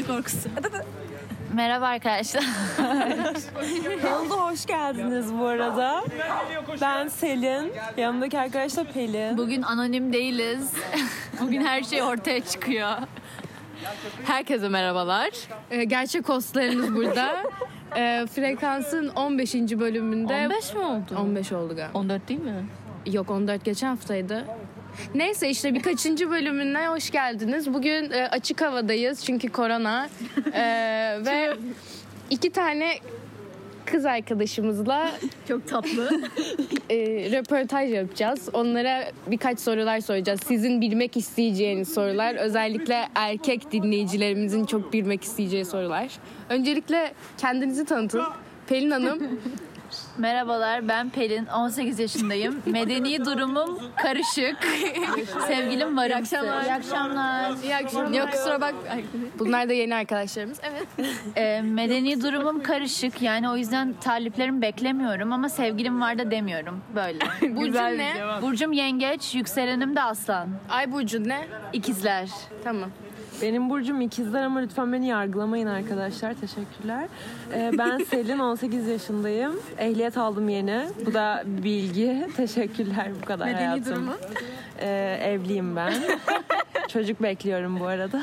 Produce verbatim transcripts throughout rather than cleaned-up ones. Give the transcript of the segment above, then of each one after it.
Ölme korkusu. Merhaba arkadaşlar. Oldu, hoş geldiniz bu arada. Ben Selin, yanımdaki arkadaş da Pelin. Bugün anonim değiliz. Bugün her şey ortaya çıkıyor. Herkese merhabalar. Ee, gerçek hostlarınız burada. Ee, Frekans'ın on beşinci bölümünde... on beş mi oldu? on beş oldu galiba. on dört değil mi? Yok, on dört geçen haftaydı. Neyse işte birkaçıncı bölümüne hoş geldiniz. Bugün e, açık havadayız çünkü korona. Ee, ve iki tane kız arkadaşımızla Çok tatlı. e, röportaj yapacağız. Onlara birkaç sorular soracağız. Sizin bilmek isteyeceğiniz sorular. Özellikle erkek dinleyicilerimizin çok bilmek isteyeceği sorular. Öncelikle kendinizi tanıtın. Pelin Hanım. Merhabalar, ben Pelin. on sekiz yaşındayım. Medeni durumum karışık. Sevgilim varımsı. İyi akşamlar. İyi akşamlar. İyi akşamlar. Yok, kusura bak. Bunlar da yeni arkadaşlarımız. Evet. Ee, medeni durumum karışık. Yani o yüzden taliplerimi beklemiyorum ama sevgilim var da demiyorum. Böyle. Burcun ne? Burcum yengeç, yükselenim de aslan. Ay burcun ne? İkizler. Tamam. Benim burcum ikizler ama lütfen beni yargılamayın arkadaşlar. Teşekkürler. Ee, ben Selin, on sekiz yaşındayım. Ehliyet aldım yeni. Bu da bilgi. Teşekkürler, bu kadar Medeni hayatım. durumu? Ee, evliyim ben. Çocuk bekliyorum bu arada.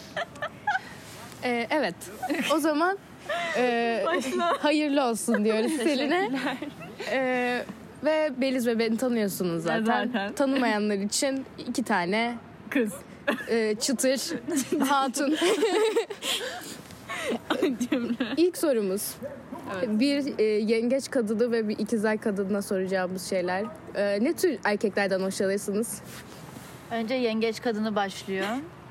Ee, evet. O zaman e, hayırlı olsun diyoruz Selin'e. Ee, ve Beliz ve beni tanıyorsunuz zaten. Zaten. Tanımayanlar için iki tane Kız. e, çıtır hatun. İlk sorumuz. Bir e, yengeç kadını ve bir ikizler kadınına soracağımız şeyler. E, ne tür erkeklerden hoşlanırsınız? Önce yengeç kadını başlıyor.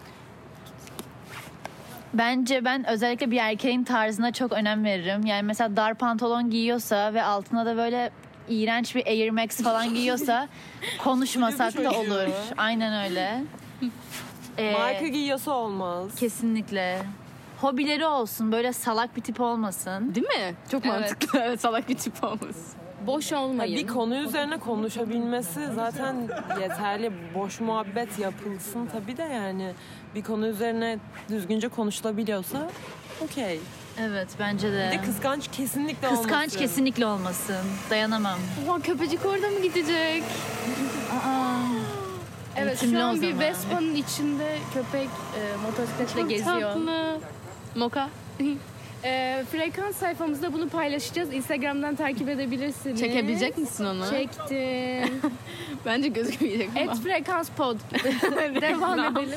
Bence ben özellikle bir erkeğin tarzına çok önem veririm. Yani mesela dar pantolon giyiyorsa ve altına da böyle iğrenç bir Air Max falan giyiyorsa konuşmasak da olur. Aynen öyle. Ee, Marka giyiyorsa olmaz. Kesinlikle. Hobileri olsun. Böyle salak bir tip olmasın. Değil mi? Çok Evet. mantıklı. Evet, salak bir tip olmasın. Boş olmayın. Bir konu üzerine konuşabilmesi zaten yeterli. Boş muhabbet yapılsın tabii de yani. Bir konu üzerine düzgünce konuşulabiliyorsa okey. Evet, bence de. Bir de kıskanç kesinlikle olmasın. Kıskanç kesinlikle olmasın. Dayanamam. Oha, köpecik orada mı gidecek? Aa. Evet, Eğitimli şu o an bir zaman. Vespa'nın içinde köpek e, motosikletle geziyor. Tatlı. Moka. e, Frekans sayfamızda bunu paylaşacağız. Instagram'dan takip edebilirsiniz. Çekebilecek misin onu? Çektim. Bence gözükmeyecek ama. Et Frekans Pod. Devam edelim.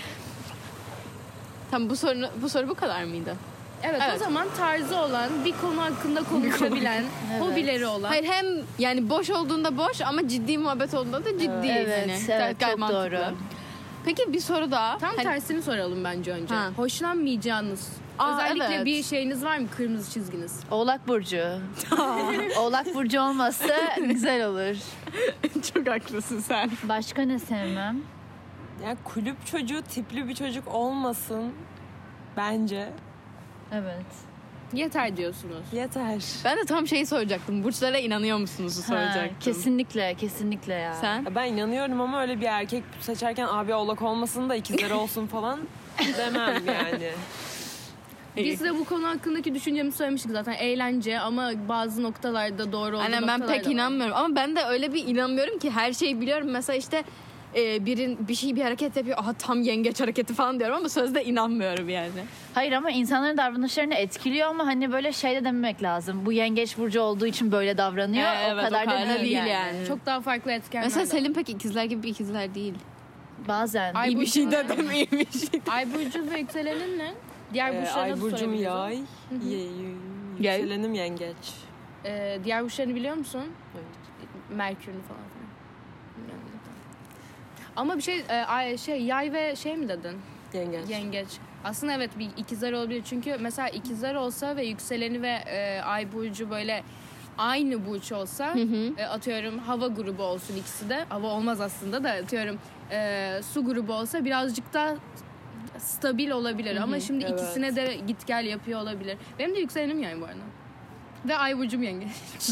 Tamam, bu soru bu soru bu kadar mıydı? Evet, Evet. o zaman tarzı olan, bir konu hakkında konuşabilen, Evet. hobileri olan. Hayır, hem yani boş olduğunda boş ama ciddi muhabbet olduğunda da ciddi. Evet, hani. evet, Gayet çok mantıklı. doğru. Peki bir soru daha. Tam Hani- tersini soralım bence önce. Ha. Hoşlanmayacağınız. Aa, özellikle evet. bir şeyiniz var mı? Kırmızı çizginiz. Oğlak Burcu. Oğlak Burcu olmazsa güzel olur. Çok haklısın sen. Başka ne sevmem? Ya kulüp çocuğu tipli bir çocuk olmasın bence. Evet. Yeter diyorsunuz. Yeter. Ben de tam şeyi soracaktım. Burçlara inanıyor musunuz Ha, soracaktım. kesinlikle, kesinlikle ya. Sen? Ya ben inanıyorum ama öyle bir erkek seçerken abi oğlak olmasın da ikizleri olsun falan demem yani. Biz de bu konu hakkındaki düşüncemizi söylemiştik zaten. Eğlence ama bazı noktalarda doğru olduğu Aynen, ben noktalar pek da var. inanmıyorum. Ama ben de öyle bir inanmıyorum ki her şeyi biliyorum. Mesela işte e, birin bir şey bir hareket yapıyor. Aha, tam yengeç hareketi falan diyorum ama sözde inanmıyorum yani. Hayır ama insanların davranışlarını etkiliyor ama hani böyle şey de dememek lazım. Bu yengeç burcu olduğu için böyle davranıyor. Ee, evet, o kadar o kadar da da değil, değil yani. yani. Çok daha farklı etkenler Mesela de Selim pek ikizler gibi bir ikizler değil. Bazen. Ay, İyi bir bu- şey dedim, iyi bir şey. var. Ay burcu ve yükselenin ne? Diğer Ee, burçlarına Ay da burcum sorabiliriz. yay. Ye- ye- Yay. Yükselenim yengeç. Ee, diğer burçlarını biliyor musun? Evet. Merkür'ünü falan filan. Bilmiyorum. Ama bir şey e, ay, şey yay ve şey mi dedin? Yengeç. Yengeç. Aslında evet, bir ikizler olabilir. Çünkü mesela ikizler olsa ve yükseleni ve e, ay burcu böyle aynı burç olsa, e, atıyorum hava grubu olsun ikisi de. Hava olmaz aslında da, atıyorum e, su grubu olsa birazcık da stabil olabilir. Ama şimdi evet. ikisine de git gel yapıyor olabilir. Benim de yükselenim yani bu arada. Ve ay burcum yengeç.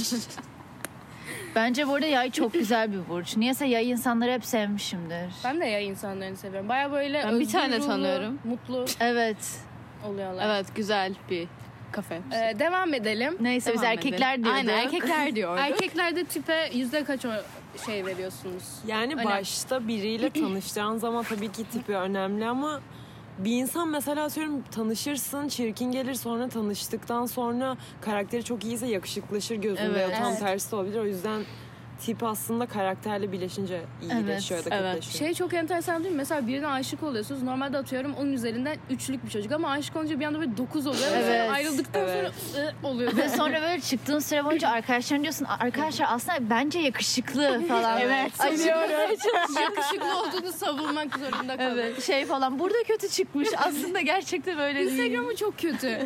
Bence bu arada yay çok güzel bir burç. Niyeyse yay insanları hep sevmişimdir. Ben de yay insanlarını seviyorum. Baya böyle Ben bir özgür tane ruhlu, tanıyorum. mutlu. Evet. oluyorlar. Evet, güzel bir kafe. Ee, devam edelim. Neyse biz Devam erkekler edelim. diyorduk. Aynen, erkekler diyor. Erkeklerde tipe yüzde kaç o şey veriyorsunuz? Yani Önem. başta biriyle tanıştığın zaman tabii ki tipi önemli ama bir insan mesela atıyorum tanışırsın, çirkin gelir, sonra tanıştıktan sonra karakteri çok iyiyse yakışıklaşır gözünde. Evet. Ya tam Evet. tersi de olabilir. O yüzden tip aslında karakterle birleşince iyileşiyor ya da Evet. kötüleşiyor. Şey çok enteresan değil mi? Mesela birine aşık oluyorsunuz. Normalde atıyorum onun üzerinden üçlük bir çocuk ama aşık olunca bir anda böyle dokuz oluyor. Ve Evet. sonra ayrıldıktan Evet. sonra ı, oluyor. Ve sonra böyle çıktığın süre boyunca arkadaşların diyorsun arkadaşlar aslında bence yakışıklı falan. Evet, yakışıklı olduğunu savunmak zorunda kalıyor. Evet şey falan burada kötü çıkmış aslında gerçekten öyle değil. Instagram'ı çok kötü.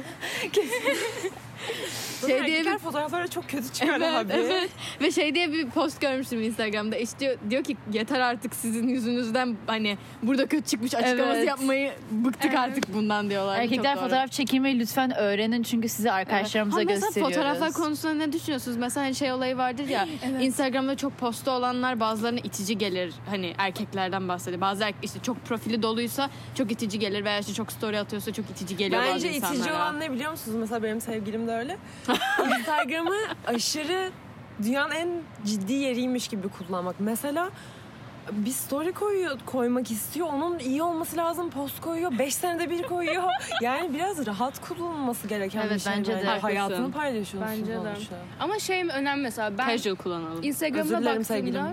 Şey Şey diye erkekler bir- fotoğrafları çok kötü çıkar Evet, abi. evet. Ve şey diye bir post görmüştüm Instagram'da. İşte diyor, diyor ki yeter artık sizin yüzünüzden hani burada kötü çıkmış açıklaması Evet. yapmayı bıktık artık bundan diyorlar. Erkekler Çok doğru. fotoğraf çekilmeyi lütfen öğrenin çünkü sizi arkadaşlarımıza Ha, mesela gösteriyoruz. fotoğraflar konusunda ne düşünüyorsunuz? Mesela hani şey olayı vardır ya Instagram'da çok postu olanlar bazılarına itici gelir. Hani erkeklerden bahsediyor. Bazı erkek, işte çok profili doluysa çok itici gelir veya işte çok story atıyorsa çok itici geliyor bazı Bence insanlara. itici olan ne biliyor musunuz? Mesela benim sevgilim de öyle. Instagram'ı aşırı dünyanın en ciddi yeriymiş gibi kullanmak. Mesela bir story koyuyor, koymak istiyor. Onun iyi olması lazım. Post koyuyor. Beş senede bir koyuyor. Yani biraz rahat kullanılması gereken Evet, bir şey. bence de. bence. Haklısın. Hayatını paylaşıyorsun Bence de. sonuçta. Ama şey önemli mesela ben Casual kullanalım. Özür Instagram'da dilerim baktığımda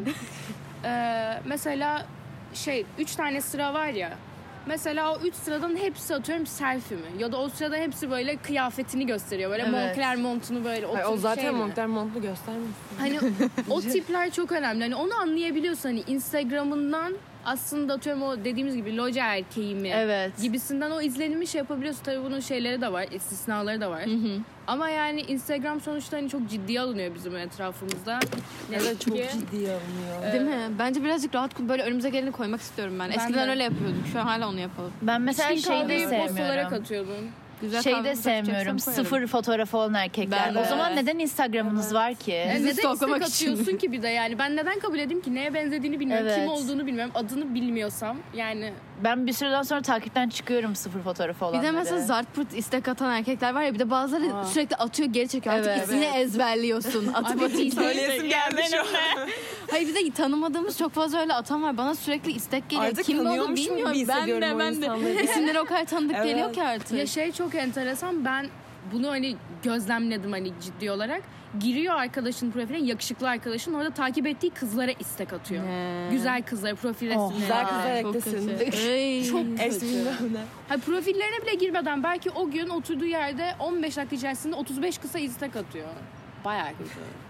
e, mesela şey üç tane sıra var ya. Mesela o üç sıradan hepsi atıyorum selfie mi? Ya da o sırada hepsi böyle kıyafetini gösteriyor. Böyle Evet. Moncler montunu böyle Hayır, o oturup zaten şey mi? Moncler montlu göstermesin. Hani o tipler çok önemli. Hani onu anlayabiliyorsun hani Instagram'ından aslında atıyorum o dediğimiz gibi loca erkeği mi Evet. gibisinden o izlenimi şey yapabiliyorsun. Tabii bunun şeyleri de var, istisnaları da var. Ama yani Instagram sonuçta hani çok ciddiye alınıyor bizim etrafımızda. Ne Evet, yazık çok ki. ciddiye alınıyor. Değil mi? Bence birazcık rahat böyle önümüze geleni koymak istiyorum ben. Ben Eskiden de. öyle yapıyorduk. Şu an hala onu yapalım. Ben mesela İçtiğin şeyi de kahveyi post olarak sevmiyorum. atıyordun. Güzel Şeyi kahve de sevmiyorum. fotoğrafı çeksem Sıfır fotoğrafı olan erkekler. Ben de. O zaman neden Instagram'ınız var ki? E, Bizi neden stalklamak istek için. atıyorsun ki bir de yani? Ben neden kabul edeyim ki? Neye benzediğini bilmiyorum. Evet. Kim olduğunu bilmiyorum. Adını bilmiyorsam yani. Ben bir süreden sonra takipten çıkıyorum sıfır fotoğrafı Bir olanları. de mesela Zartpurt istek atan erkekler var ya bir de bazıları Aa. sürekli atıyor geri çekiyor. Artık Evet. ismini ezberliyorsun. Atıp atıp Söyleyesim geldi şu an. Hayır bir de tanımadığımız çok fazla öyle atan var. Bana sürekli istek geliyor. Artık Kim olduğunu tanıyormuşum bilmiyorum. gibi Ben hissediyorum de o ben de. insanları. İsimleri o kadar tanıdık Evet. geliyor ki artık. Ya şey çok enteresan. Ben bunu hani gözlemledim hani ciddi olarak. Giriyor arkadaşın profiline, yakışıklı arkadaşın orada takip ettiği kızlara istek atıyor. Ne? Güzel kızlara, profil Oh, resimleri. Güzel kızlar Çok eklesin. kötü. Ey. Çok kötü. Esminde. Ha, profillerine bile girmeden belki o gün oturduğu yerde on beş dakika içerisinde otuz beş kısa istek atıyor. Bayağı kötü.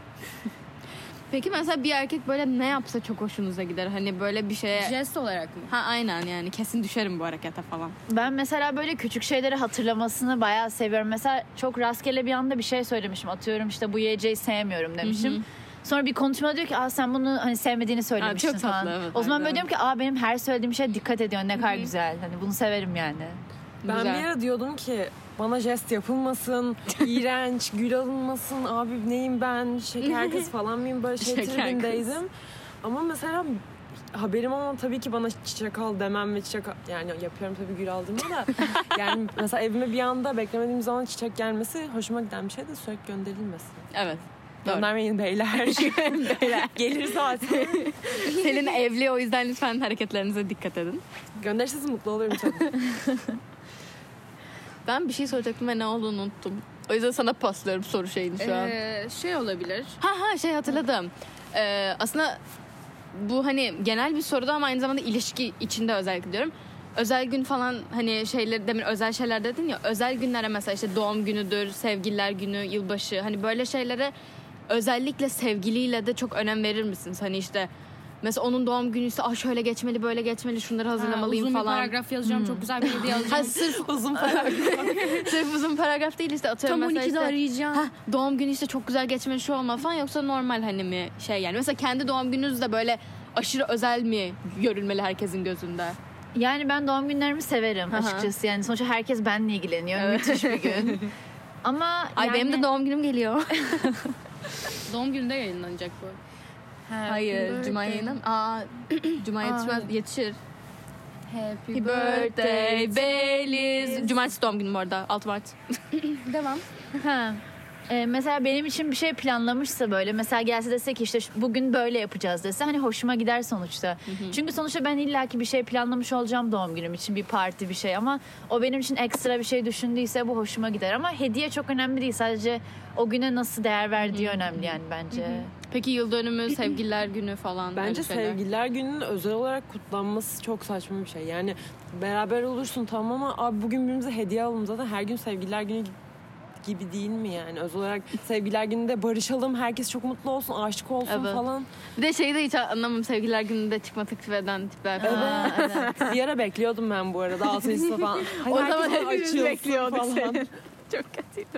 Peki mesela bir erkek böyle ne yapsa çok hoşunuza gider. Hani böyle bir şeye... Jest olarak mı? Ha aynen yani kesin düşerim bu harekete falan. Ben mesela böyle küçük şeyleri hatırlamasını bayağı seviyorum. Mesela çok rastgele bir anda bir şey söylemişim. Atıyorum işte bu yiyeceği sevmiyorum demişim. Sonra bir konuşmada diyor ki aa sen bunu hani sevmediğini söylemiştin Aa, çok tatlı, falan. evet, o zaman aynen. böyle diyorum ki aa benim her söylediğim şeye dikkat ediyor. Ne kadar güzel. Hani bunu severim yani. Ben Güzel. bir ara diyordum ki bana jest yapılmasın, iğrenç, gül alınmasın, abi neyim ben, şeker kız falan mıyım böyle şey Şeker tribindeydim. Ama mesela haberim ama tabii ki bana çiçek al demem ve çiçek al- yani yapıyorum tabii gül aldığımda da yani mesela evime bir anda beklemediğim zaman çiçek gelmesi hoşuma giden bir şey de sürekli gönderilmesi. Evet. Doğru. Göndermeyin beyler. beyler. Gelir zaten. Selin evli o yüzden lütfen hareketlerinize dikkat edin. Gönderirseniz mutlu olurum tabii. Ben bir şey soracaktım ve ne olduğunu unuttum. O yüzden sana paslıyorum soru şeyini şu an. Ee, şey olabilir. Ha ha şey hatırladım. Ee, aslında bu hani genel bir sorudu ama aynı zamanda ilişki içinde özellikle diyorum. Özel gün falan hani şeyler demin özel şeyler dedin ya özel günlere mesela işte doğum günüdür, sevgililer günü, yılbaşı hani böyle şeylere özellikle sevgiliyle de çok önem verir misiniz? Hani işte mesela onun doğum günüyse ah şöyle geçmeli böyle geçmeli şunları hazırlamalıyım Ha, uzun falan. bir paragraf yazacağım. Çok güzel bir hediye alacağım. Ha, sırf Uzun paragraf. sırf uzun paragraf değil işte atıyorum Tam on mesela ikide işte, arayacağım. ha, doğum günü işte çok güzel geçmeli şu olma falan yoksa normal hani mi şey yani mesela kendi doğum gününüz de böyle aşırı özel mi görülmeli herkesin gözünde? Yani ben doğum günlerimi severim Aha. açıkçası. Yani sonuçta herkes benle ilgileniyor. Müthiş bir gün. Ama Ay yani... benim de doğum günüm geliyor. Doğum gününde yayınlanacak bu. Hayır, Cuma yayına mı? Aa, Cuma yetişmez, yetişir. Happy Happy birthday Beliz. Cumartesi doğum günüm bu arada. altı Mart. Devam. Ha. Ee, mesela benim için bir şey planlamışsa böyle mesela gelse dese ki işte şu- bugün böyle yapacağız dese hani hoşuma gider sonuçta. Çünkü sonuçta ben illaki bir şey planlamış olacağım doğum günüm için, bir parti bir şey, ama o benim için ekstra bir şey düşündüyse bu hoşuma gider, ama hediye çok önemli değil, sadece o güne nasıl değer verdiği önemli yani bence. Peki yıl dönümü, sevgililer günü falan. Bence öyle şeyler. sevgililer gününün özel olarak kutlanması çok saçma bir şey. Yani beraber olursun tamam ama abi bugün birbirimize hediye alalım. Zaten her gün sevgililer günü gibi değil mi yani? Özel olarak sevgililer gününde barışalım, herkes çok mutlu olsun, aşık olsun Evet. falan. Bir de şeyi de hiç anlamam, sevgililer gününde çıkma teklif eden tipler falan. Aa, evet. Bir ara bekliyordum ben bu arada altıncı sınıf falan. Hani O herkes zaman bana hepimiz açılsın bekliyorduk falan. seni. Çok kötüydü.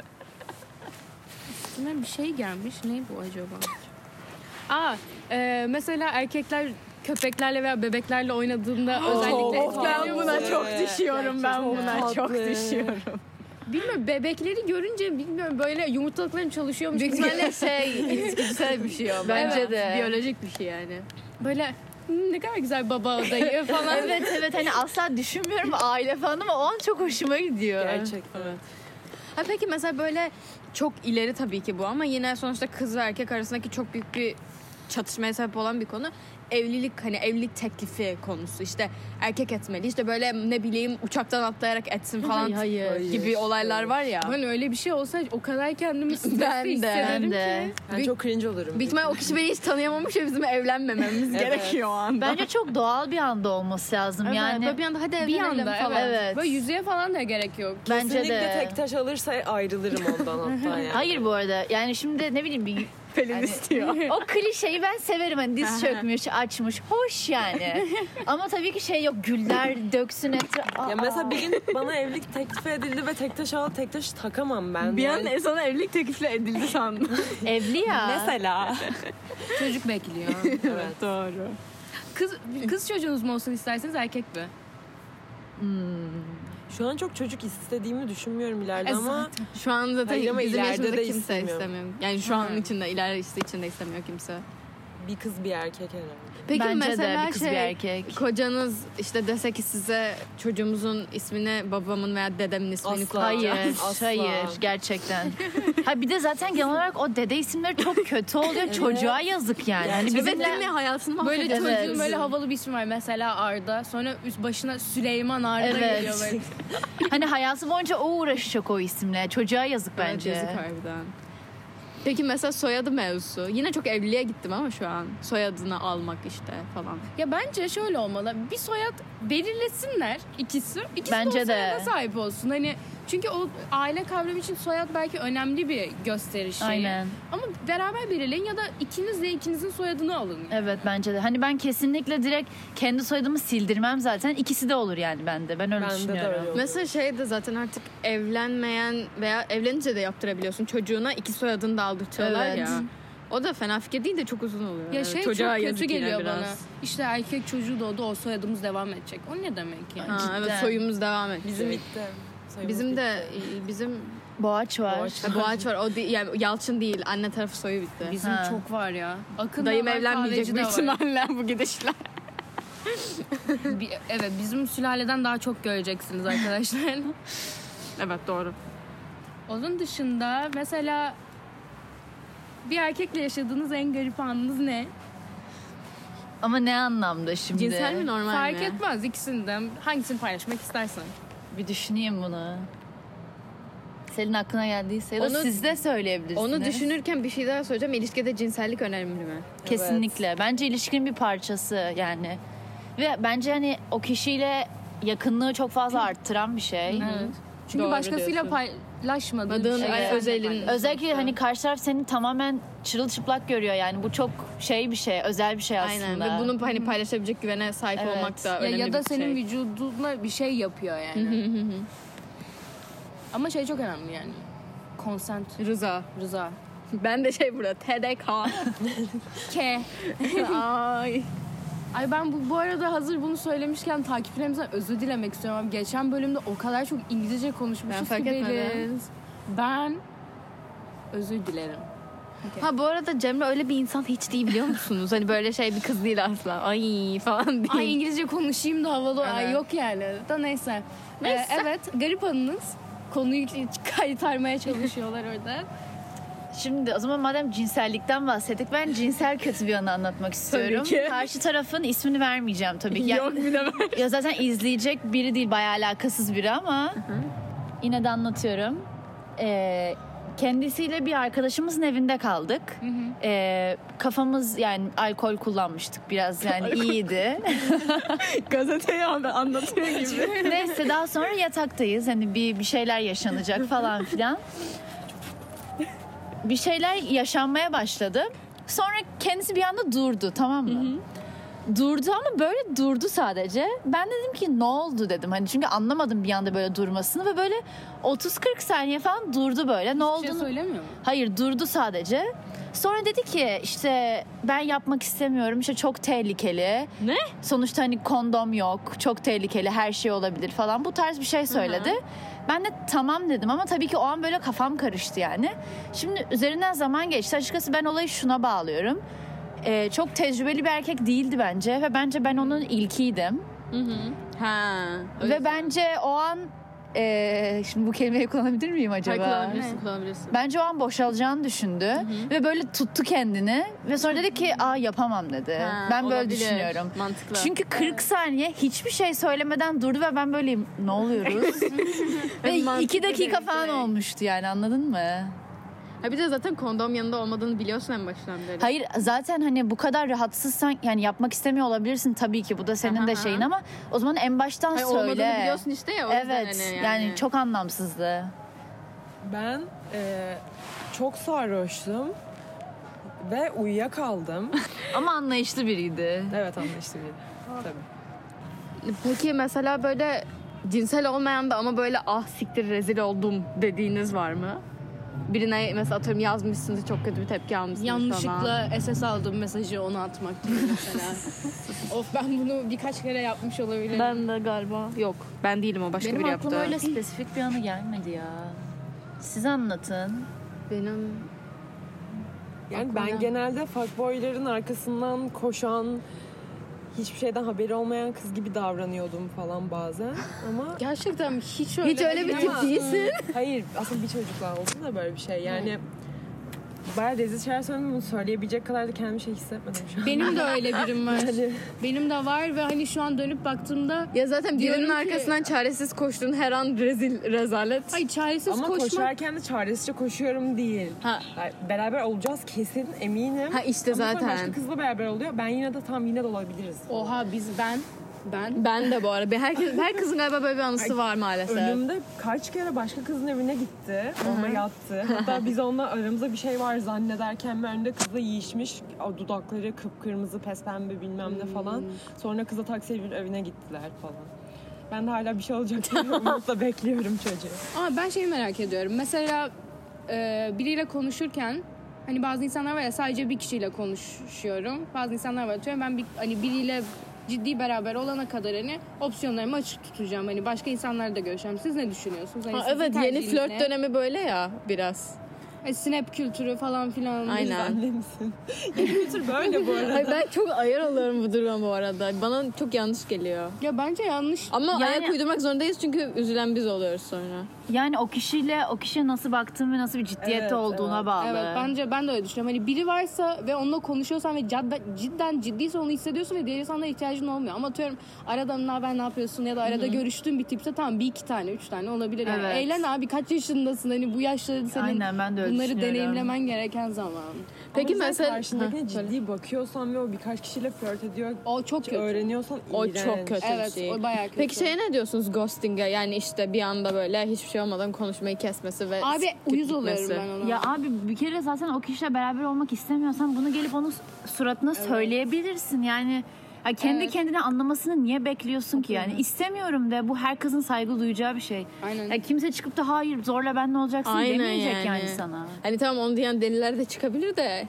Üstüne bir şey gelmiş. Ne bu acaba? Aa, e, mesela erkekler köpeklerle veya bebeklerle oynadığında özellikle çok Ben etkileniyor buna musun? çok düşüyorum. Ben Çok buna çok tatlı. düşüyorum. Bilmiyorum, bebekleri görünce bilmiyorum böyle yumurtalıklarım çalışıyormuş Büyük gibi. ihtimalle şey, içgüdüsel bir şey o. Bence Evet, de. Biyolojik bir şey yani. Böyle "Hmm, ne kadar güzel baba odayı" falan. Evet evet, hani asla düşünmüyorum aile falan ama o an çok hoşuma gidiyor. Gerçekten. Ha peki mesela böyle çok ileri tabii ki bu ama yine sonuçta kız ve erkek arasındaki çok büyük bir çatışmaya sebep olan bir konu. Evlilik, hani evlilik teklifi konusu, işte erkek etmeli, işte böyle ne bileyim uçaktan atlayarak etsin falan Hayır, hayır. gibi olaylar var ya. Ben öyle bir şey olsa o kadar kendimi stresli Ben de. hissederim Ben ki. de. Ben çok cringe olurum. Büyük ihtimalle o kişi beni hiç tanıyamamış ve bizim evlenmememiz Evet. gerekiyor o anda. Bence çok doğal bir anda olması lazım Evet, yani. böyle bir anda hadi Bir evlenelim anda falan. evet. Evet. Böyle yüzüğe falan da gerek yok. Bence Kesinlikle de. tek taş alırsa ayrılırım ondan hatta yani. Hayır bu arada yani şimdi ne bileyim bir Pelin Yani- istiyor. o klişeyi ben severim, hani diz çökmüş açmış hoş yani. Ama tabii ki şey yok, güller döksün etrafı. Ya mesela bir gün bana evlilik teklifi edildi ve tek taş al tek taş takamam ben. Bir yani. an sana evlilik teklifi edildi sandım. Evli ya. Mesela. Çocuk bekliyor. Evet. Doğru. Kız kız çocuğunuz mu olsun isterseniz, erkek mi? Şu an çok çocuk istediğimi düşünmüyorum ileride E ama Şu an zaten Hayır ama bizim ileride yaşımızda de kimse istemiyorum. istemiyor. Yani şu an Hı. içinde, ileride içinde istemiyor kimse. bir kız bir erkek herhalde. Peki Bence mesela de bir kız şey, bir erkek. kocanız işte dese ki size çocuğumuzun ismini babamın veya dedemin ismini Asla. koyacağım. Hayır, Asla. hayır gerçekten. Ha bir de zaten genel olarak o dede isimleri çok kötü oluyor. Çocuğa yazık yani. Hani Evet bizimle değil mi? Hayatını Böyle mahvediyor. Evet. çocuğun böyle havalı bir ismi var. Mesela Arda. Sonra üst başına Süleyman Arda Evet. geliyor böyle. hani hayatı boyunca o uğraşacak o isimle. Çocuğa yazık Evet, bence. yazık harbiden. Peki mesela soyadı mevzusu. Yine çok evliliğe gittim ama şu an. Soyadını almak işte falan. Ya bence şöyle olmalı. Bir soyad belirlesinler ikisi. İkisi Bence de o soyada de. sahip olsun. Hani çünkü o aile kavramı için soyad belki önemli bir gösteriş şeyi. Aynen. Ama beraber belirleyin ya da ikiniz de ikinizin soyadını alın. Evet bence de. Hani ben kesinlikle direkt kendi soyadımı sildirmem zaten. İkisi de olur yani bende. Ben öyle Bende de düşünüyorum. öyle olur. Mesela şey de zaten artık evlenmeyen veya evlenince de yaptırabiliyorsun. Çocuğuna iki soyadını da aldırtıyorlar Evet. ya. O da fena fikir değil de çok uzun oluyor. Ya Evet, şey çocuğa çok kötü yazık yine geliyor biraz. bana. İşte erkek çocuğu doğdu, o soyadımız devam edecek. O ne demek yani? Ha, Cidden. evet soyumuz devam edecek. Bizim bitti. Sayımız Bizim bitti. de bizim Boğaç var. Boğaç. ha, Boğaç var. O değil, yani Yalçın değil. Anne tarafı soyu bitti. Bizim Ha. çok var ya. Akın Dayım da var, evlenmeyecek kahveci büyük de var. ihtimalle bu gidişler. Bi- Evet, bizim sülaleden daha çok göreceksiniz arkadaşlar. Evet doğru. Onun dışında mesela bir erkekle yaşadığınız en garip anınız ne? Ama ne anlamda şimdi? Cinsel mi normal Fark mi? etmez, ikisinden hangisini paylaşmak istersen. Bir düşüneyim bunu. Senin aklına geldiyse ya da Onu- siz de söyleyebilirsiniz. Onu düşünürken bir şey daha söyleyeceğim. İlişkide cinsellik önemli mi? Kesinlikle. Bence ilişkinin bir parçası yani. Ve bence hani o kişiyle yakınlığı çok fazla arttıran bir şey. Evet. Çünkü Doğru başkasıyla diyorsun. paylaşmadığın Madığın şey. evet. özelin- Özellikle hani karşı taraf seni tamamen çırılçıplak görüyor yani. Bu çok şey bir şey, özel bir şey aslında. Aynen. Ve bunu hani paylaşabilecek güvene sahip Evet. olmak da ya, önemli ya da bir senin şey. vücuduna bir şey yapıyor yani. Ama şey çok önemli yani. Consent, Rıza. rıza. Ben de şey burada T D K. K. Ay. Ay ben bu, bu arada hazır bunu söylemişken takipçilerimizden özür dilemek istiyorum. Geçen bölümde o kadar çok İngilizce konuşmuşuz Ben fark ki etmedim. Beliz. Ben özür dilerim. Ha bu arada Cemre öyle bir insan hiç değil biliyor musunuz? Hani böyle şey bir kız değil asla. Ay falan değil. Ay İngilizce konuşayım da havalı. Evet. Ay yok yani. Da neyse. Neyse. Ee, evet garip anınız. Konuyu kaytarmaya çalışıyorlar orada. Şimdi o zaman madem cinsellikten bahsettik, ben cinsel kötü bir anı anlatmak istiyorum. ki. Karşı tarafın ismini vermeyeceğim tabii ki. Yok bir de ver. Ya zaten izleyecek biri değil, bayağı alakasız biri ama yine de anlatıyorum. Ee, kendisiyle bir arkadaşımızın evinde kaldık. Ee, kafamız yani alkol kullanmıştık biraz, yani iyiydi. Gazeteyi anlatıyor gibi. Neyse daha sonra yataktayız. Hani bir bir şeyler yaşanacak falan filan. Bir şeyler yaşanmaya başladı. Sonra kendisi bir anda durdu, tamam mı? Durdu ama böyle durdu sadece. Ben dedim ki ne oldu dedim. Hani çünkü anlamadım bir anda böyle durmasını ve böyle otuz kırk saniye falan durdu böyle. Ne Bir şey olduğunu söylemiyor mu? Hayır, durdu sadece. Sonra dedi ki işte ben yapmak istemiyorum, işte çok tehlikeli. Ne? Sonuçta hani kondom yok, çok tehlikeli, her şey olabilir falan. Bu tarz bir şey söyledi. Ben de tamam dedim ama tabii ki o an böyle kafam karıştı yani. Şimdi üzerinden zaman geçti. Açıkçası ben olayı şuna bağlıyorum. Ee, çok tecrübeli bir erkek değildi bence ve bence ben onun ilkiydim. Hı hı. Ha. öyle. Ve bence o an e, şimdi bu kelimeyi kullanabilir miyim acaba? Hayır, kullanabilirsin, kullanabilirsin. Bence o an boşalacağını düşündü ve böyle tuttu kendini ve sonra dedi ki aa yapamam dedi. Ha, ben böyle olabilir. düşünüyorum. Mantıklı. Çünkü kırk saniye hiçbir şey söylemeden durdu ve ben böyleyim, ne oluyoruz? Ve Mantıklı iki dakika bir falan şey. olmuştu yani, anladın mı? Ha bir de zaten kondom yanında olmadığını biliyorsun en başından beri. Hayır zaten hani bu kadar rahatsızsan yani yapmak istemiyor olabilirsin tabii ki, bu da senin de Aha. şeyin ama o zaman en baştan Hayır, söyle. olmadığını biliyorsun işte ya o yüzden Evet hani yani. yani. çok anlamsızdı. Ben e, çok sarhoştum ve uyuyakaldım. Ama anlayışlı biriydi. Evet, anlaşıldı bir. Tabii. Peki mesela böyle cinsel olmayan da ama böyle ah siktir rezil oldum dediğiniz var mı? Birine mesela atıyorum yazmışsınız, çok kötü bir tepki almışsınız falan. Yanlışlıkla S S aldığım mesajı ona atmak gibi mesela. Of, ben bunu birkaç kere yapmış olabilirim. Ben de galiba. Yok ben değilim, o başka Benim biri aklıma yaptı. öyle spesifik bir anı gelmedi ya. Siz anlatın. Benim Yani Aklıma- ben genelde fuckboyların arkasından koşan, hiçbir şeyden haberi olmayan kız gibi davranıyordum falan bazen ama Gerçekten hiç öyle hiç öyle bir değil. tip değilsin. hayır, aslında bir çocuklar oldu da böyle bir şey yani. Bayağı rezil şeyler söyledim, bunu söyleyebilecek kadar da kendimi şey hissetmedim şu an. Benim de öyle birim var. Yani Benim de var ve hani şu an dönüp baktığımda Ya zaten Diyorum birinin ki- arkasından çaresiz koştuğun her an rezil rezalet. ay çaresiz ama koşmak. koşarken de çaresizce koşuyorum değil. Ha. Yani beraber olacağız kesin, eminim. Ha işte Ama sonra zaten. başka kızla beraber oluyor. Ben yine de tam yine de olabiliriz. Oha biz ben ben Ben de bu arada. Bir- Herkes, her kızın galiba böyle bir anısı var maalesef. Önümde kaç kere başka kızın evine gitti. Onunla yattı. Hatta biz onunla aramızda bir şey var zannederken ben önünde kızla yiyişmiş. O dudakları kıpkırmızı, pespembe bilmem ne falan. Sonra kızla taksiye binip evine gittiler falan. Ben de hala bir şey olacak diye umutla bekliyorum çocuğu. Ama ben şeyi merak ediyorum. Mesela e, biriyle konuşurken hani bazı insanlar var ya, sadece bir kişiyle konuşuyorum. Bazı insanlar var atıyorum ben bir, hani biriyle ciddi beraber olana kadar hani opsiyonlarımı açık tutacağım. Hani başka insanlarla da görüşeceğim. Siz ne düşünüyorsunuz? Hani Ha, sizin evet yeni tercihiniz flört ne? dönemi böyle ya biraz. Hani snap kültürü falan filan. Aynen. Anne misin? Yeni kültür böyle bu arada. Hayır, ben çok ayar oluyorum bu duruma bu arada. Bana çok yanlış geliyor. Ya bence yanlış. Ama Yani- ayak uydurmak zorundayız çünkü üzülen biz oluyoruz sonra. Yani o kişiyle o kişiye nasıl baktığın ve nasıl bir ciddiyette Evet, olduğuna evet. bağlı. Evet bence ben de öyle düşünüyorum. Hani biri varsa ve onunla konuşuyorsan ve cidden, cidden ciddiyse onu hissediyorsun ve diğer insanlara ihtiyacın olmuyor. Ama atıyorum arada ne haber, ne yapıyorsun ya da arada görüştüğün bir tipse tamam bir iki tane üç tane olabilir. Yani. Evet. Eğlen abi, kaç yaşındasın, hani bu yaşta senin Aynen, ben de öyle bunları düşünüyorum. deneyimlemen gereken zaman. Peki Ama sen mesela- karşındakine Ha, söyle. ciddi bakıyorsan ve o birkaç kişiyle flört ediyor, O çok kötü. öğreniyorsan O iğrenç. çok kötü Evet, bir şey. o bayağı kötü. Peki şeye ne diyorsunuz ghosting'e? Yani işte bir anda böyle hiçbir şey olmadan konuşmayı kesmesi ve Abi skip uyuz gitmesi. oluyorum ben ona. Ya abi bir kere zaten o kişiyle beraber olmak istemiyorsan bunu gelip onun suratına söyleyebilirsin. Yani ya kendi Evet. kendine anlamasını niye bekliyorsun ki yani? İstemiyorum de, bu her kızın saygı duyacağı bir şey. Aynen. Ya kimse çıkıp da hayır zorla ben ne olacaksın Aynen demeyecek yani. yani. sana. Hani tamam onu diyen deliler de çıkabilir de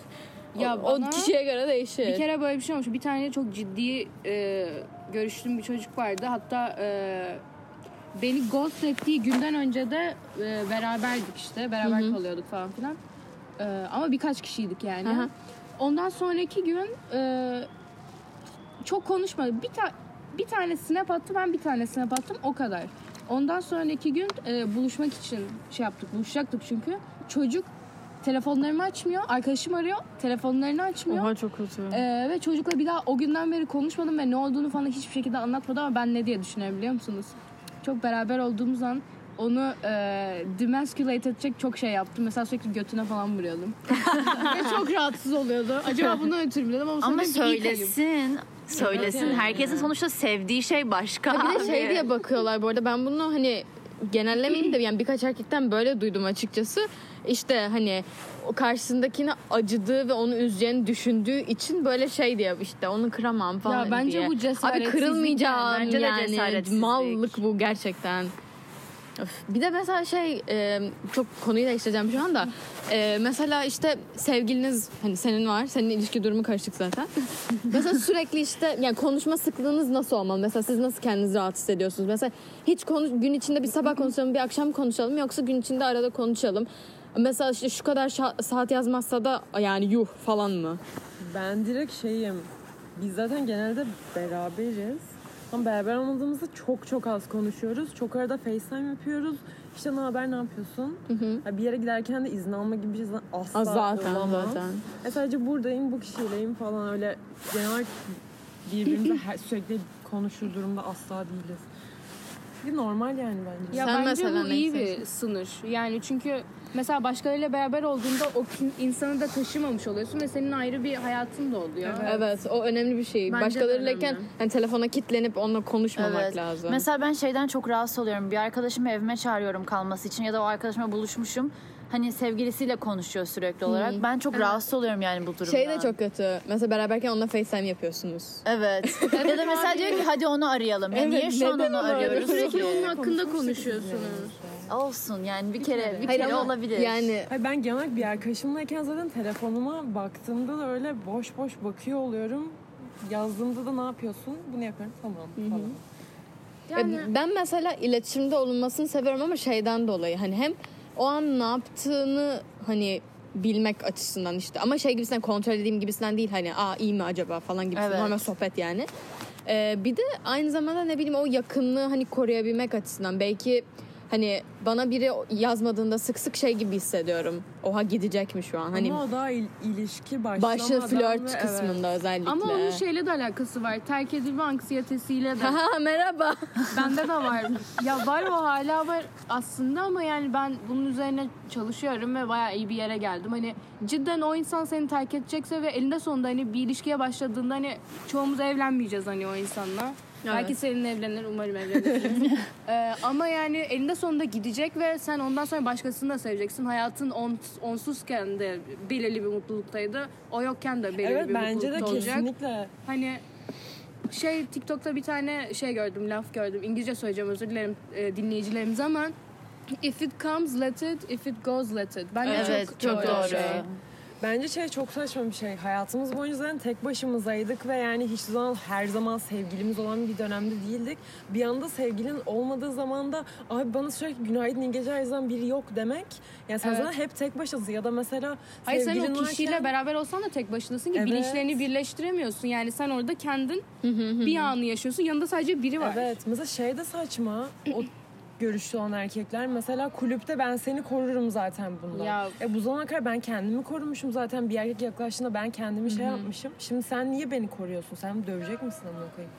Ya o, o bana- kişiye göre değişir. Bir kere böyle bir şey olmuş. Bir tane çok ciddi e, görüştüğüm bir çocuk vardı. Hatta e, beni ghost ettiği günden önce de e, beraberdik işte. Beraber kalıyorduk falan filan. Ee, ama birkaç kişiydik yani. Aha. Ondan sonraki gün e, çok konuşmadı. Bir, ta- bir tane snap attı, ben bir tane snap attım, o kadar. Ondan sonraki gün e, buluşmak için şey yaptık, buluşacaktık çünkü. Çocuk telefonlarımı açmıyor, arkadaşım arıyor, telefonlarını açmıyor. Oha çok kötü. Ee, ve çocukla bir daha o günden beri konuşmadım ve ne olduğunu falan hiçbir şekilde anlatmadı ama ben ne diye düşünüyorum biliyor musunuz? Çok beraber olduğumuz an onu e, demasculate edecek çok şey yaptım. Mesela sürekli götüne falan vuruyordum. Ve çok rahatsız oluyordu. Acaba bundan ötürü mü dedim ama, Ama sonra dedim ki iyi kayıp. söylesin. Söylesin. Evet. Herkesin sonuçta sevdiği şey başka. Ha bir de şey abi. diye bakıyorlar bu arada, ben bunu hani genellemeyeyim de yani birkaç erkekten böyle duydum açıkçası. İşte hani o karşısındakine acıdığı ve onu üzeceğini düşündüğü için böyle şey diye işte onu kıramam falan Ya bence diye. bu Abi cesaretsizlik kırılmayacağım yani. Bence de yani. cesaretsizlik. Mallık bu gerçekten. Öf. Bir de mesela şey e, çok konuyu değiştireceğim şu anda. E, mesela işte sevgiliniz hani senin var. Senin ilişki durumu karışık zaten. Mesela sürekli işte yani konuşma sıklığınız nasıl olmalı? Mesela siz nasıl kendinizi rahat hissediyorsunuz? Mesela hiç konu, gün içinde bir sabah konuşalım, bir akşam konuşalım, yoksa gün içinde arada konuşalım. Mesela işte şu kadar şa- saat yazmazsa da yani yuh falan mı? Ben direkt şeyim. Biz zaten genelde beraberiz. Ama beraber olmadığımızda çok çok az konuşuyoruz. Çok arada FaceTime yapıyoruz. İşte ne haber, ne yapıyorsun? Hı hı. Ya bir yere giderken de izin alma gibi bir şey asla Az zaten olamaz. zaten. E sadece buradayım, bu kişiyleyim falan, öyle genel olarak birbirimizle her, sürekli konuşur durumda asla değiliz. Bir normal yani bence. Ya Sen bence mesela bu ne iyi bir hissediyorsun? sınır. Yani çünkü mesela başkalarıyla beraber olduğunda o kin- insanı da taşımamış oluyorsun ve senin ayrı bir hayatın da oluyor. Evet. Evet, o önemli bir şey. Bence de Başkalarıylayken önemli. hani telefona kilitlenip onunla konuşmamak Evet. lazım. Mesela ben şeyden çok rahatsız oluyorum. Bir arkadaşımı evime çağırıyorum kalması için ya da o arkadaşımla buluşmuşum. Hani sevgilisiyle konuşuyor sürekli olarak. Ben çok rahatsız oluyorum yani bu durumdan. Şey de çok kötü. Mesela beraberken onunla FaceTime yapıyorsunuz. Evet. ya da mesela diyor ki hadi onu arayalım. Ya Evet, niye şu an neden onu onu arıyoruz Sürekli ki? onun hakkında konuşuyorsunuz. Olsun yani bir kere bir Hayır kere ama olabilir. Yani Hayır, ben genel olarak bir arkadaşımlayken zaten telefonuma baktığımda da öyle boş boş bakıyor oluyorum. Yazdığımda da ne yapıyorsun? Bunu yapıyorum, tamam falan. Yani E, ben mesela iletişimde olunmasını seviyorum ama şeyden dolayı hani hem o an ne yaptığını hani bilmek açısından işte, ama şey gibisinden, kontrol edeyim gibisinden değil, hani aa iyi mi acaba falan gibisinden, Evet. normal sohbet yani. Ee, bir de aynı zamanda ne bileyim o yakınlığı hani koruyabilmek açısından belki hani bana biri yazmadığında sık sık şey gibi hissediyorum. Oha gidecek mi şu an? Hani Ama o daha il- ilişki başlamadan başı flört ve kısmında özellikle. ama onun şeyle de alakası var. Terk edilme anksiyetesiyle de. Haha merhaba. Bende de var. Ya var, o hala var aslında ama yani ben bunun üzerine çalışıyorum ve bayağı iyi bir yere geldim. Hani cidden o insan seni terk edecekse ve elinde sonunda hani bir ilişkiye başladığında hani çoğumuz evlenmeyeceğiz hani o insanla. Evet. Belki seninle evlenir, umarım evlenir. ee, ama yani elinde sonunda gidecek ve sen ondan sonra başkasını da seveceksin. Hayatın on, onsuzken de belirli bir mutluluktaydı. O yokken de belirli Evet, bir bence de mutlulukta olacak. kesinlikle. Hani şey TikTok'ta bir tane şey gördüm, laf gördüm. İngilizce söyleyeceğim, özür dilerim e, dinleyicilerimiz ama if it comes let it, if it goes let it. Bence Evet, çok, çok doğru. doğru. Şey. Bence şey çok saçma bir şey. Hayatımız boyunca zaten tek başımızaydık ve yani hiçbir zaman her zaman sevgilimiz olan bir dönemde değildik. Bir anda sevgilin olmadığı zaman da abi bana sürekli günaydın iyi geceler yazan biri yok demek. Yani sen Evet. zaten hep tek başınasın ya da mesela Hayır, sen sevgilin o kişiyle varken- beraber olsan da tek başınasın ki Evet. bilinçlerini birleştiremiyorsun. Yani sen orada kendin bir anı yaşıyorsun. Yanında sadece biri var. Evet, mesela şey de saçma. O görüşlü olan erkekler mesela kulüpte ben seni korurum zaten bundan. Ya- E bu zamana kadar ben kendimi korumuşum zaten, bir erkek yaklaştığında ben kendimi şey yapmışım. Şimdi sen niye beni koruyorsun? Sen dövecek misin amına koyayım?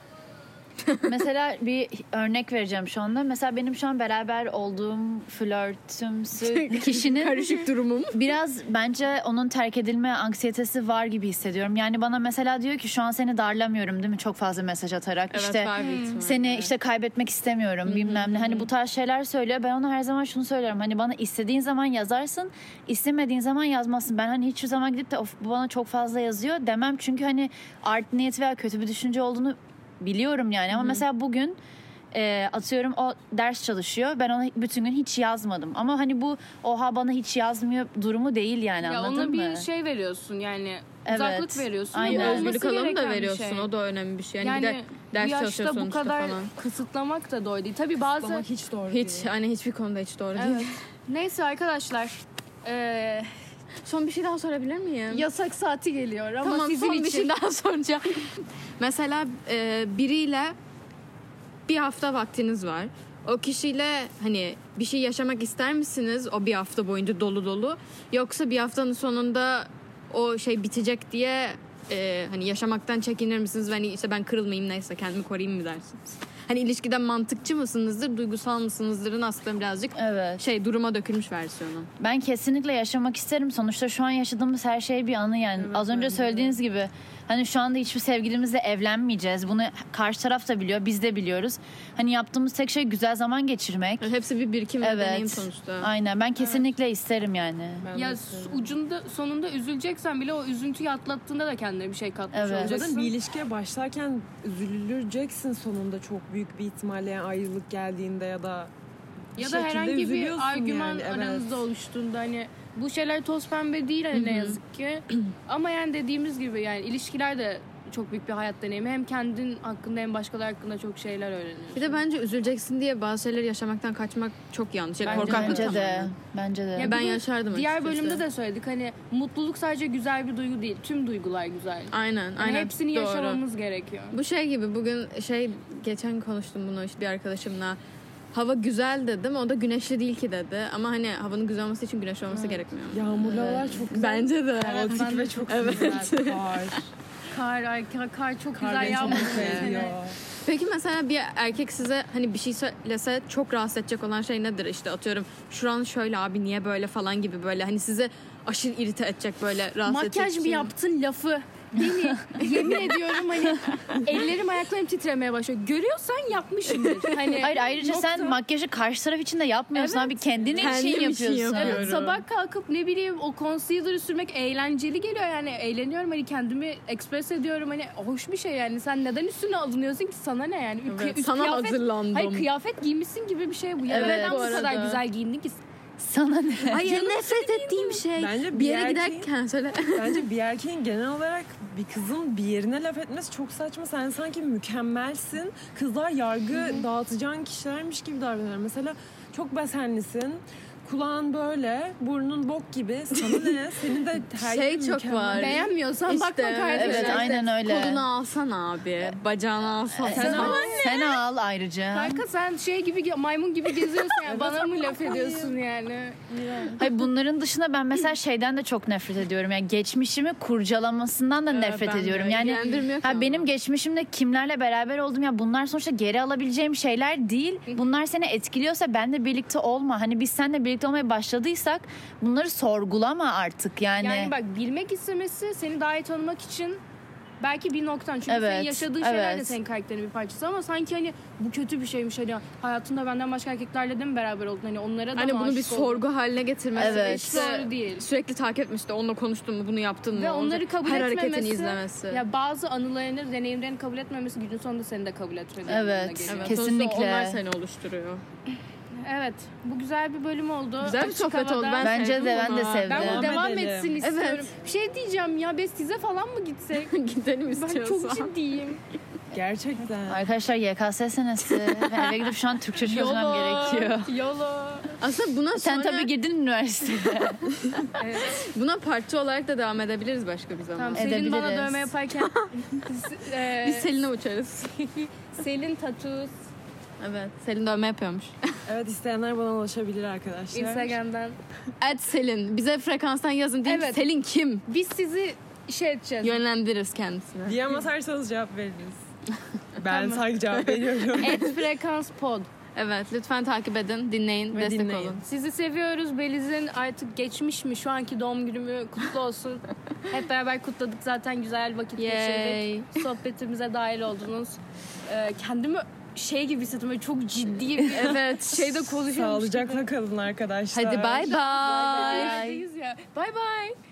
Mesela bir örnek vereceğim şu anda. Mesela benim şu an beraber olduğum flörtümsü kişinin Karışık durumum. biraz bence onun terk edilme anksiyetesi var gibi hissediyorum. Yani bana mesela diyor ki şu an seni darlamıyorum değil mi? Çok fazla mesaj atarak. Evet, işte var bir ihtimal. seni işte kaybetmek istemiyorum bilmem ne. Hani bu tarz şeyler söylüyor. Ben ona her zaman şunu söylüyorum. Hani bana istediğin zaman yazarsın, istemediğin zaman yazmazsın. Ben hani hiçbir zaman gidip de of bu bana çok fazla yazıyor demem. Çünkü hani art niyet veya kötü bir düşünce olduğunu biliyorum yani. Ama mesela bugün e, atıyorum o ders çalışıyor. Ben ona bütün gün hiç yazmadım. Ama hani bu oha bana hiç yazmıyor durumu değil yani, Ya anladın ona mı? bir şey veriyorsun yani. Evet. Uzaklık veriyorsun. Aynen. Ama olması Özgürlük alanı gereken da bir veriyorsun. şey. O da önemli bir şey. Yani, Yani bir de ders bu yaşta çalışıyor bu sonuçta kadar falan. kısıtlamak da doğru değil. Tabii bazı... Ama hiç doğru Hiç değil. hani hiçbir konuda hiç doğru Evet. değil. Neyse arkadaşlar. Eee Son bir şey daha sorabilir miyim? Yasak saati geliyor ama Tamam, sizin son için. bir şey daha soracağım. Mesela e, biriyle bir hafta vaktiniz var. O kişiyle hani bir şey yaşamak ister misiniz o bir hafta boyunca dolu dolu? Yoksa bir haftanın sonunda o şey bitecek diye e, hani yaşamaktan çekinir misiniz? Ve hani işte ben kırılmayayım neyse kendimi koruyayım mı dersiniz? Hani ilişkiden mantıkçı mısınızdır, duygusal mısınızdırın aslında birazcık Evet. şey duruma dökülmüş versiyonu. Ben kesinlikle yaşamak isterim. Sonuçta şu an yaşadığımız her şey bir anı yani. Evet, Az önce bence söylediğiniz gibi hani şu anda hiçbir sevgilimizle evlenmeyeceğiz. Bunu karşı taraf da biliyor, biz de biliyoruz. Hani yaptığımız tek şey güzel zaman geçirmek. Yani hepsi bir birikim ve Evet. deneyim sonuçta. Aynen. Ben kesinlikle isterim yani. Ben Ya de s- isterim. ucunda sonunda üzüleceksen bile o üzüntüyü atlattığında da kendine bir şey katmış Evet. olacaksın. Zaten bir ilişkiye başlarken üzüleceksin sonunda çok büyük bir ihtimalle yani ayrılık geldiğinde ya da bir Ya da şekilde herhangi bir üzülüyorsun argüman yani, evet. aranızda oluştuğunda hani bu şeyler toz pembe değil hani ne yazık ki. Ama yani dediğimiz gibi yani ilişkiler de çok büyük bir hayat deneyimi. Hem kendin hakkında hem başkaları hakkında çok şeyler öğreniyorsun. Bir de bence üzüleceksin diye bazı şeyleri yaşamaktan kaçmak çok yanlış. Yani Bence- korkaklık Bence de. tamamen. Bence de. Ya Ben bir de yaşardım Diğer açıkçası. bölümde de söyledik hani mutluluk sadece güzel bir duygu değil. Tüm duygular güzel. Aynen, Yani aynen. hepsini Doğru. yaşamamız gerekiyor. Bu şey gibi bugün şey geçen konuştum bunu işte bir arkadaşımla. Hava güzel dedim. O da güneşli değil ki dedi. Ama hani havanın güzel olması için güneş olması gerekmiyor. Yağmurlu havalar çok güzel. Bence de. Kaotik ve çok güzel. Kar. Kar, ay, kar, kar çok Kar güzel beni çok yağmur. mutlu ediyor. Peki mesela bir erkek size hani bir şey söylese çok rahatsız edecek olan şey nedir? İşte atıyorum şuran şöyle abi niye böyle falan gibi böyle hani sizi aşırı irite edecek böyle rahatsız edecek Makyaj bir mı şey. yaptın lafı? Beni yemin ediyorum hani ellerim ayaklarım titremeye başlıyor. Görüyorsan yapmışımdır. Hani Hayır ayrıca sen nokta. makyajı karşı taraf için de yapmıyorsun Evet. abi. Kendin için Kendim için yapıyorsun. yapıyorum. Evet, sabah kalkıp ne bileyim o concealer'ı sürmek eğlenceli geliyor yani eğleniyorum hani kendimi express ediyorum hani hoş bir şey yani sen neden üstüne alınıyorsun ki sana ne yani Kıy- Evet, üst sana kıyafet- hazırlandım. Hayır kıyafet giymişsin gibi bir şey bu ya Evet, neden bu bu kadar arada. güzel giyindin ki Sana ne? Hayır nefret ettiğim şey. Bence bir bir yere erkeğin- giderken söyle. Bence bir erkeğin genel olarak bir kızın bir yerine laf etmesi çok saçma. Sen sanki mükemmelsin. Kızlar yargı dağıtacağın kişilermiş gibi davranıyorlar. Mesela çok besenlisin. Kulağın böyle, burnun bok gibi. Sana ne? Senin de her Şey yerin çok mükemmel. var. beğenmiyorsan İşte, bakma kardeşim. Evet aynen öyle. Kolunu alsana abi. Bacağını alsana. Sen, al, sen al ayrıca. Kanka sen şey gibi ge- maymun gibi geziyorsun yani bana mı laf ediyorsun yani? Hayır bunların dışında ben mesela şeyden de çok nefret ediyorum. Yani geçmişimi kurcalamasından da nefret ben de. ediyorum. Yani İlgilendirmiyor ki ha, ama. benim geçmişimde kimlerle beraber oldum ya bunlar sonuçta geri alabileceğim şeyler değil. Bunlar seni etkiliyorsa benle birlikte olma. Hani biz seninle birlikte olmaya başladıysak bunları sorgulama artık yani. Yani bak bilmek istemesi seni daha iyi tanımak için belki bir noktan. Çünkü Evet, senin yaşadığın şeyler de evet. senin karakterinin bir parçası ama sanki hani bu kötü bir şeymiş hani hayatında benden başka erkeklerle de mi beraber oldun hani onlara da Hani mı bunu bir aşık oldun? sorgu haline getirmesi. Evet. Hiç İşte doğru değil. sürekli takip etmişti. Onunla konuştun mu? Bunu yaptın mı? Ve Olacak. onları kabul Her etmemesi, hareketini izlemesi. ya bazı anılarını, deneyimlerini kabul etmemesi günün sonunda seni de kabul etmediği anlamına Evet. geliyor. Evet, Kesinlikle. sonuçta onlar seni oluşturuyor. Evet. Bu güzel bir bölüm oldu. Güzel bir Açık sohbet oldu. havada. Ben Bence sevdim de ben de bunu. sevdim. Ben bu Devam devam edelim. etsin Evet. istiyorum. Bir şey diyeceğim ya biz size falan mı gitsek? Gidelim Ben istiyorsan. çok ciddiyim. Gerçekten. Arkadaşlar Y K S senesi. Ben eve gidip şu an Türkçe çözmem gerekiyor. Yolo. Aslında buna Sen sonra, tabii girdin üniversiteye. buna parti olarak da devam edebiliriz başka bir zaman. Tamam Selin bana Edebiliriz. dövme yaparken e, Biz Selin'e uçarız. Selin Tatus Evet. Selin dövme yapıyormuş. Evet isteyenler bana ulaşabilir arkadaşlar. Instagram'dan. At Selin. Bize frekanstan yazın. Deyin ki Evet. Selin kim? Biz sizi şey edeceğiz. Yönlendiririz kendisine. D M atarsanız cevap veririz. Ben sanki cevap veriyorum. Et Frekans Pod. Evet. Lütfen takip edin. Dinleyin. Ve destek dinleyin. olun. Sizi seviyoruz. Beliz'in artık geçmiş mi? Şu anki doğum günümü kutlu olsun. Hep beraber kutladık zaten güzel vakit Yay. geçirdik. Sohbetimize dahil oldunuz. Ee, kendimi şey gibi hissettim. Böyle çok ciddi bir Evet. şeyde konuşuyormuş Sağlıcakla gibi. kalın arkadaşlar. Hadi bay bay. Bye bye. Bye bye.